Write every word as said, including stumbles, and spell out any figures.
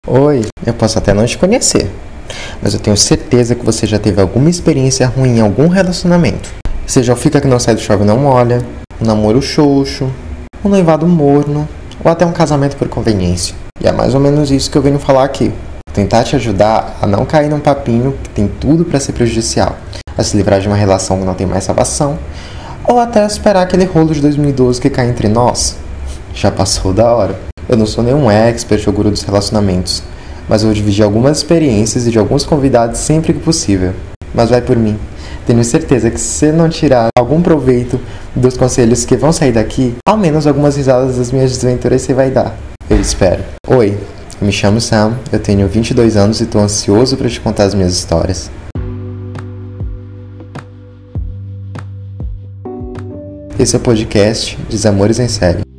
Oi, eu posso até não te conhecer, mas eu tenho certeza que você já teve alguma experiência ruim em algum relacionamento. Seja o fica que não sai do chove não molha, um namoro xoxo, um noivado morno, ou até um casamento por conveniência. E é mais ou menos isso que eu venho falar aqui. Tentar te ajudar a não cair num papinho que tem tudo para ser prejudicial, a se livrar de uma relação que não tem mais salvação, ou até esperar aquele rolo de dois mil e doze que cai entre nós. Já passou da hora. Eu não sou nenhum expert ou guru dos relacionamentos, mas eu vou dividir algumas experiências e de alguns convidados sempre que possível. Mas vai por mim. Tenho certeza que se você não tirar algum proveito dos conselhos que vão sair daqui, ao menos algumas risadas das minhas desventuras você vai dar. Eu espero. Oi, eu me chamo Sam, eu tenho vinte e dois anos e estou ansioso para te contar as minhas histórias. Esse é o podcast Desamores em Série.